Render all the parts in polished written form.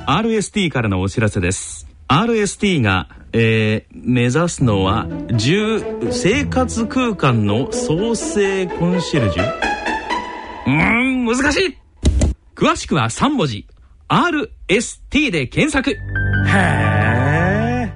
RST からのお知らせです。 RST が、目指すのは生活空間の創生コンシェルジュ。難しい。詳しくは3文字 RST で検索。へー。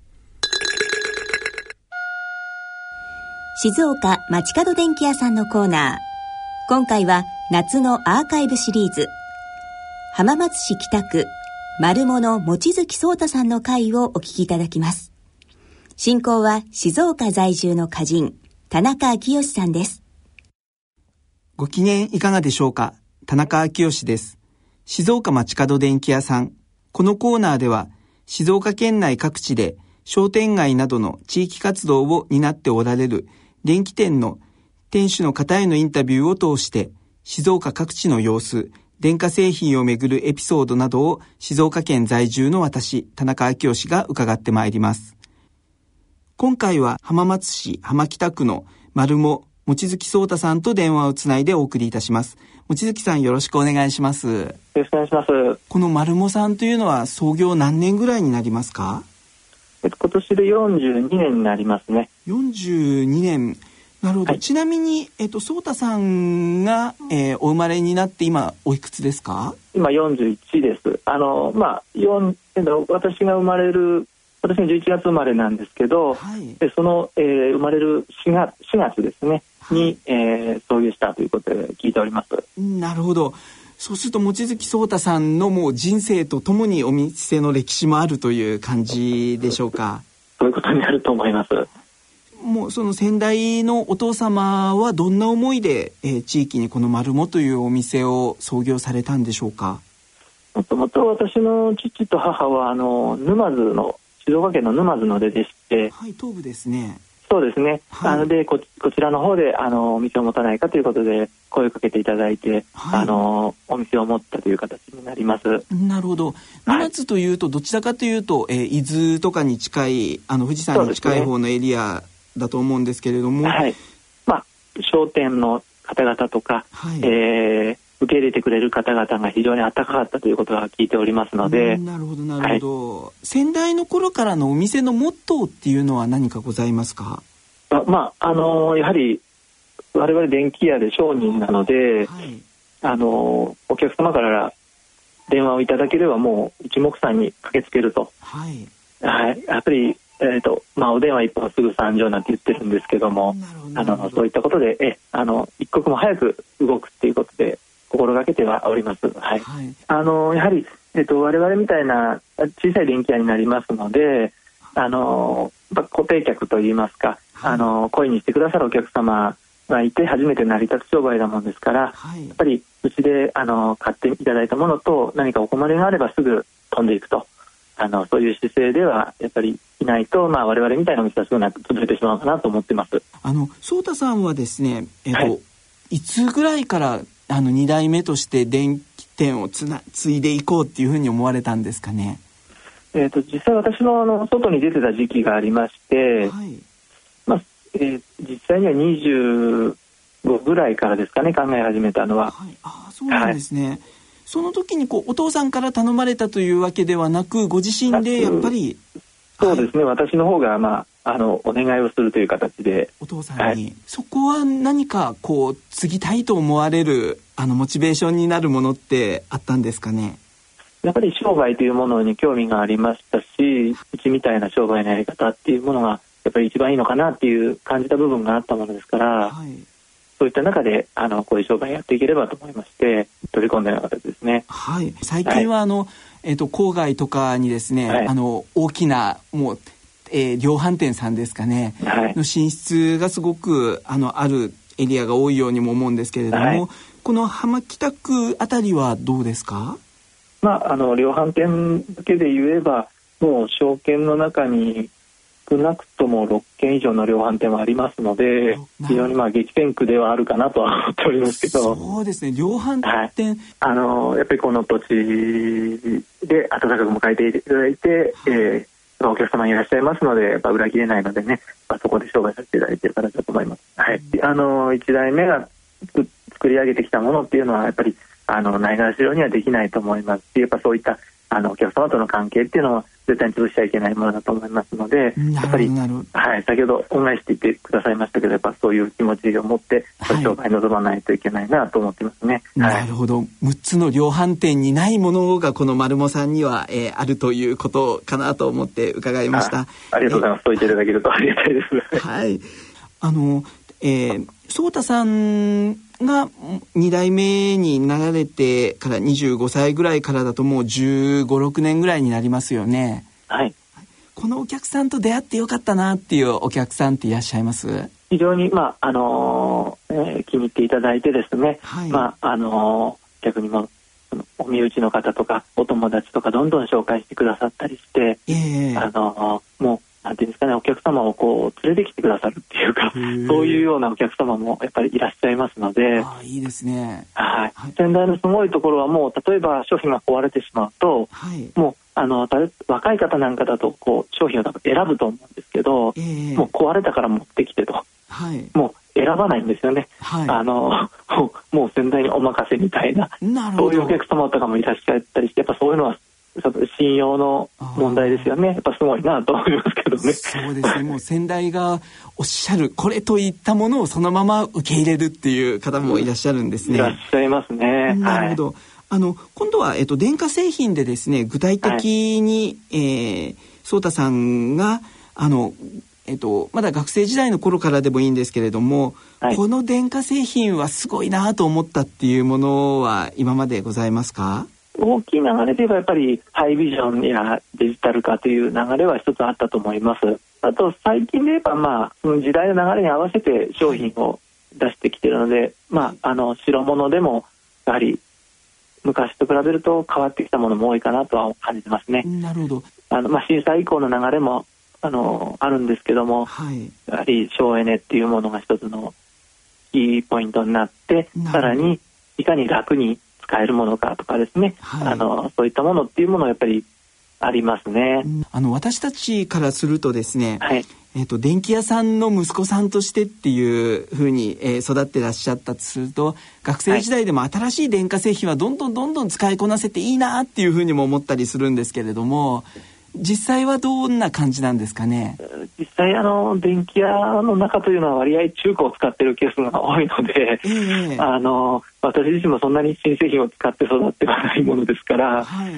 静岡街角電気屋さんのコーナー。今回は夏のアーカイブシリーズ、浜松市北区丸物望月壮太さんの回をお聞きいただきます。進行は静岡在住の歌人田中昭義さんです。 ご機嫌いかがでしょうか。田中昭義です。静岡街角電気屋さん。このコーナーでは静岡県内各地で商店街などの地域活動を担っておられる電気店の店主の方へのインタビューを通して静岡各地の様子、電化製品をめぐるエピソードなどを静岡県在住の私、田中昭義が伺ってまいります。今回は浜松市浜北区の丸も望月壮太さんと電話をつないでお送りいたします。望月さん、よろしくお願いします。 よろしくお願いします。 この丸もさんというのは創業何年ぐらいになりますか？ 今年で42年になりますね。 42年。なるほど、はい、ちなみに、壮太さんが、お生まれになって今おいくつですか？ 今41です。私が11月生まれなんですけど、はい、その、生まれる4月ですね、はい、に、創業したということで聞いております。 なるほど。そうすると望月壮太さんのもう人生とともにお店の歴史もあるという感じでしょうか？ そういうことになると思います。 もうその先代のお父様はどんな思いで、地域にこの丸もというお店を創業されたんでしょうか？ もともと私の父と母は沼津の静岡県の沼津の出でして、 はい、東部ですね。 そうですね、はい、でこちらの方でお店を持たないかということで声をかけていただいて、はい、お店を持ったという形になります。 なるほど。沼津というとどちらかというと、伊豆とかに近い富士山に近い方のエリアだと思うんですけれども、 はい、商店の方々とか、はい、受け入れてくれる方々が非常に温かかったということは聞いておりますので。 なるほどなるほど、はい、先代の頃からのお店のモットーっていうのは何かございますか？ やはり我々電気屋で商人なので、はい、お客様から電話をいただければもう一目散に駆けつけると、はいはい、やっぱりお電話一本すぐ参上なんて言ってるんですけども、そういったことで一刻も早く動くっていうことで心がけてはおります。はいはい、やはり、我々みたいな小さい電気屋になりますので、固定客といいますか、恋にしてくださるお客様がいて初めて成り立つ商売なもんですから、はい、やっぱりうちで買っていただいたものと何かお困りがあればすぐ飛んでいくと、そういう姿勢ではやっぱりいないと、我々みたいなお店はすぐ潰れてしまうかなと思ってます。 壮太さんはですね、いつぐらいから2代目として電気店を継いでいこうっていうふうに思われたんですかね？ 実際私の外に出てた時期がありまして、はい、実際には25ぐらいからですかね、考え始めたのは。 はい、そうなんですね。はい、その時にお父さんから頼まれたというわけではなく、ご自身でやっぱり。 そうですね、はい、私の方が、お願いをするという形で。 お父さんに、はい、そこは何か継ぎたいと思われるモチベーションになるものってあったんですかね？ やっぱり商売というものに興味がありましたし、うちみたいな商売のやり方っていうものがやっぱり一番いいのかなっていう感じた部分があったものですから、はい、そういった中でこういう商売やっていければと思いまして取り込んだような形ですね。 はい、最近は郊外とかにですね、はい、大きなもう、量販店さんですかね、はい、の進出がすごくあるエリアが多いようにも思うんですけれども、はい、この浜北区あたりはどうですか？ 量販店だけで言えばもう証券の中に少なくとも6軒以上の量販店はありますので、非常に激戦区ではあるかなとは思っておりますけど。 そうですね、量販店、 はい、やっぱりこの土地で温かく迎えていただいて、はい、お客様いらっしゃいますのでやっぱ裏切れないのでね、そこで商売させていただいている形だと思います。はい、1代目が作り上げてきたものっていうのはやっぱりないがしろにはできないと思いますし、やっぱそういったお客様との関係っていうのは絶対に潰しちゃいけないものだと思いますので、やっぱり、はい、先ほど恩返しって言ってくださいましたけど、やっぱそういう気持ちを持って商売に臨まないといけないなと思ってますね。 なるほど。6つの量販店にないものがこのマルモさんには、あるということかなと思って伺いました。 ありがとうございます。そう言っていただけるとありがたいです。 はい。颯太さんが2代目になられてから25歳ぐらいからだともう15、6年ぐらいになりますよね。 はい。 このお客さんと出会ってよかったなっていうお客さんっていらっしゃいます？ 非常に、気に入っていただいてですね、はい、逆にもお身内の方とかお友達とかどんどん紹介してくださったりして、もうなんていうんですかね、お客様をこう連れてきてくださるっていうか、そういうようなお客様もやっぱりいらっしゃいますので、 いいですね。 はい。先代のすごいところはもう例えば商品が壊れてしまうと、はい、もう若い方なんかだとこう商品を多分選ぶと思うんですけど、もう壊れたから持ってきてと、はい、もう選ばないんですよね。はい、もう先代にお任せみたいな、そういうお客様とかもいらっしゃったりして、やっぱそういうのは信用の問題ですよね。やっぱすごいなと思いますけどね。 そうですね。もう先代がおっしゃるこれといったものをそのまま受け入れるっていう方もいらっしゃるんですね。 いらっしゃいますね。 なるほど。はい、今度は、電化製品でですね、具体的に、颯太さんがまだ学生時代の頃からでもいいんですけれども、はい、この電化製品はすごいなと思ったっていうものは今までございますか？ 大きい流れで言えばやっぱりハイビジョンやデジタル化という流れは一つあったと思います。あと最近で言えばその時代の流れに合わせて商品を出してきているので、白物でもやはり昔と比べると変わってきたものも多いかなとは感じてますね。 なるほど。 震災以降の流れもあるんですけども、はい、やはり省エネっていうものが一つのキーポイントになって、さらにいかに楽に使えるものかとかですね、はい、そういったものっていうものはやっぱりありますね。 私たちからするとですね、 はい、 電気屋さんの息子さんとしてっていうふうに、育ってらっしゃったとすると、学生時代でも新しい電化製品はどんどん使いこなせていいなっていうふうにも思ったりするんですけれども、実際はどんな感じなんですかね？ 実際電気屋の中というのは割合中古を使っているケースが多いので、私自身もそんなに新製品を使って育ってはないものですから、はい、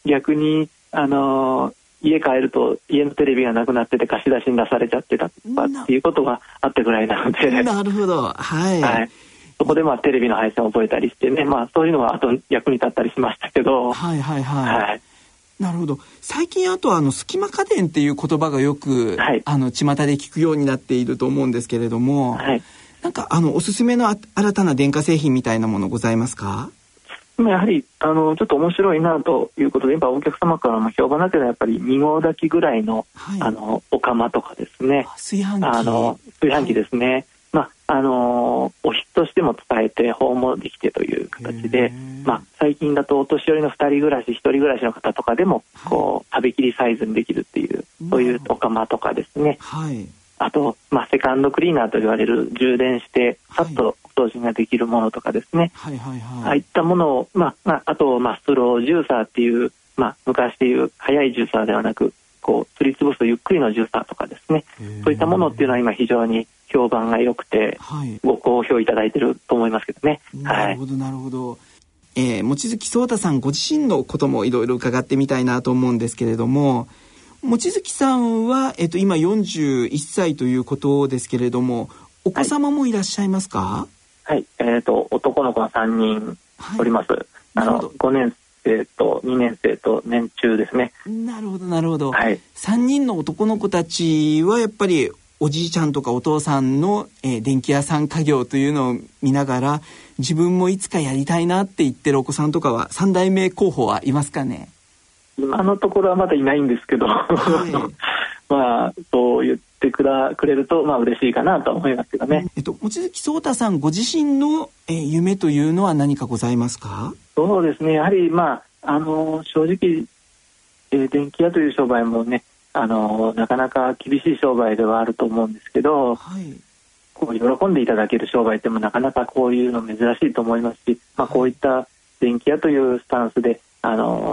逆に家帰ると家のテレビがなくなってて貸し出しに出されちゃってたとかっていうことがあってぐらいなので、 なるほど、はい、 はい、そこでテレビの配線を覚えたりしてね、そういうのがあと役に立ったりしましたけど、 はいはいはい、はい、なるほど。最近あと隙間家電っていう言葉がよく、はい、巷で聞くようになっていると思うんですけれども、はい、なんかおすすめの新たな電化製品みたいなものございますか？ やはりちょっと面白いなということで、今お客様からも評判だけど、やっぱり2合炊きぐらいの、はい、お釜とかですね、 炊飯器ですね、はい、お火としても使えて保温もできてという形で、最近だとお年寄りの2人暮らし1人暮らしの方とかでもこう食べきりサイズにできるっていう、そういうお釜とかですね、はい、あと、セカンドクリーナーと言われる充電してさっと掃除ができるものとかですね、はいはいはい、ああいったものを、あと、スロージューサーっていう、昔でいう速いジューサーではなくこうすりつぶすゆっくりのジューサーとかですね、そういったものっていうのは今非常に評判が良くて、はい、ご好評いただいていると思いますけどね。 なるほどなるほど。望月颯太さんご自身のこともいろいろ伺ってみたいなと思うんですけれども、望月さんは、今41歳ということですけれども、お子様もいらっしゃいますか？ はい、男の子が3人おります、はい、5年生と2年生と年中ですね。 なるほどなるほど、 はい、 3人の男の子たちはやっぱりおじいちゃんとかお父さんの、電気屋さん家業というのを見ながら、自分もいつかやりたいなって言ってるお子さんとかは3代目候補はいますかね？ 今のところはまだいないんですけど、はい、そう言ってくれると嬉しいかなと思いますけどね。 望月颯太さんご自身の、夢というのは何かございますか？ そうですね、やはり正直、電気屋という商売もね、なかなか厳しい商売ではあると思うんですけど、はい、こう喜んでいただける商売ってもなかなかこういうの珍しいと思いますし、こういった電気屋というスタンスで長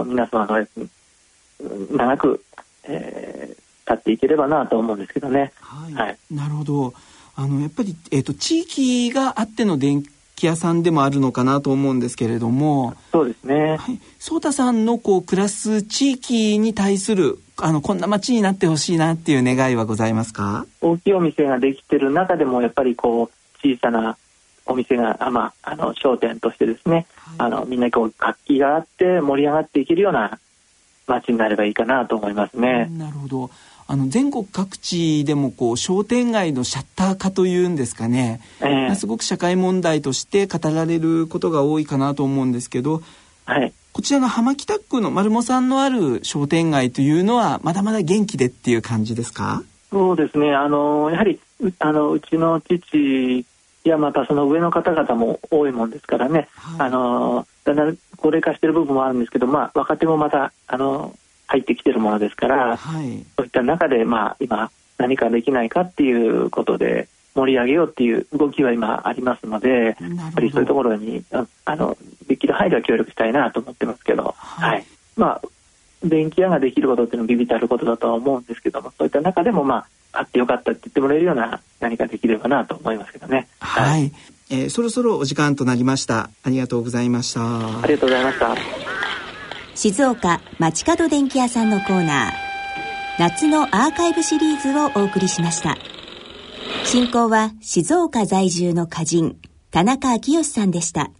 皆様のお役に長く、立っていければなと思うんですけどね。 はいはい、 なるほど。やっぱり、地域があっての電気屋さんでもあるのかなと思うんですけれども。 そうですね。 はい、颯太さんの暮らす地域に対するこんな街になってほしいなっていう願いはございますか？ 大きいお店ができてる中でもやっぱり小さなお店が、商店としてですね、はい、みんな活気があって盛り上がっていけるような街になればいいかなと思いますね。 なるほど。全国各地でも商店街のシャッター化というんですかね、すごく社会問題として語られることが多いかなと思うんですけど、はい、こちらの浜北区の丸茂さんのある商店街というのはまだまだ元気でっていう感じですか？ そうですね。やはりうちの父やまたその上の方々も多いもんですからね、はい、だんだん高齢化している部分もあるんですけど、若手もまた入ってきてるものですから、はい、そういった中で、今何かできないかっていうことで盛り上げようっていう動きは今ありますので、やっぱりそういうところにできる範囲では協力したいなと思ってますけど、はいはい、電気屋ができることっていうのはビビたることだとは思うんですけども、そういった中でもあってよかったって言ってもらえるような何かできればなと思いますけどね。 はい、はい、そろそろお時間となりました。ありがとうございました。 ありがとうございました。 静岡街角電気屋さんのコーナー、夏のアーカイブシリーズをお送りしました。進行は静岡在住の歌人田中昭義さんでした。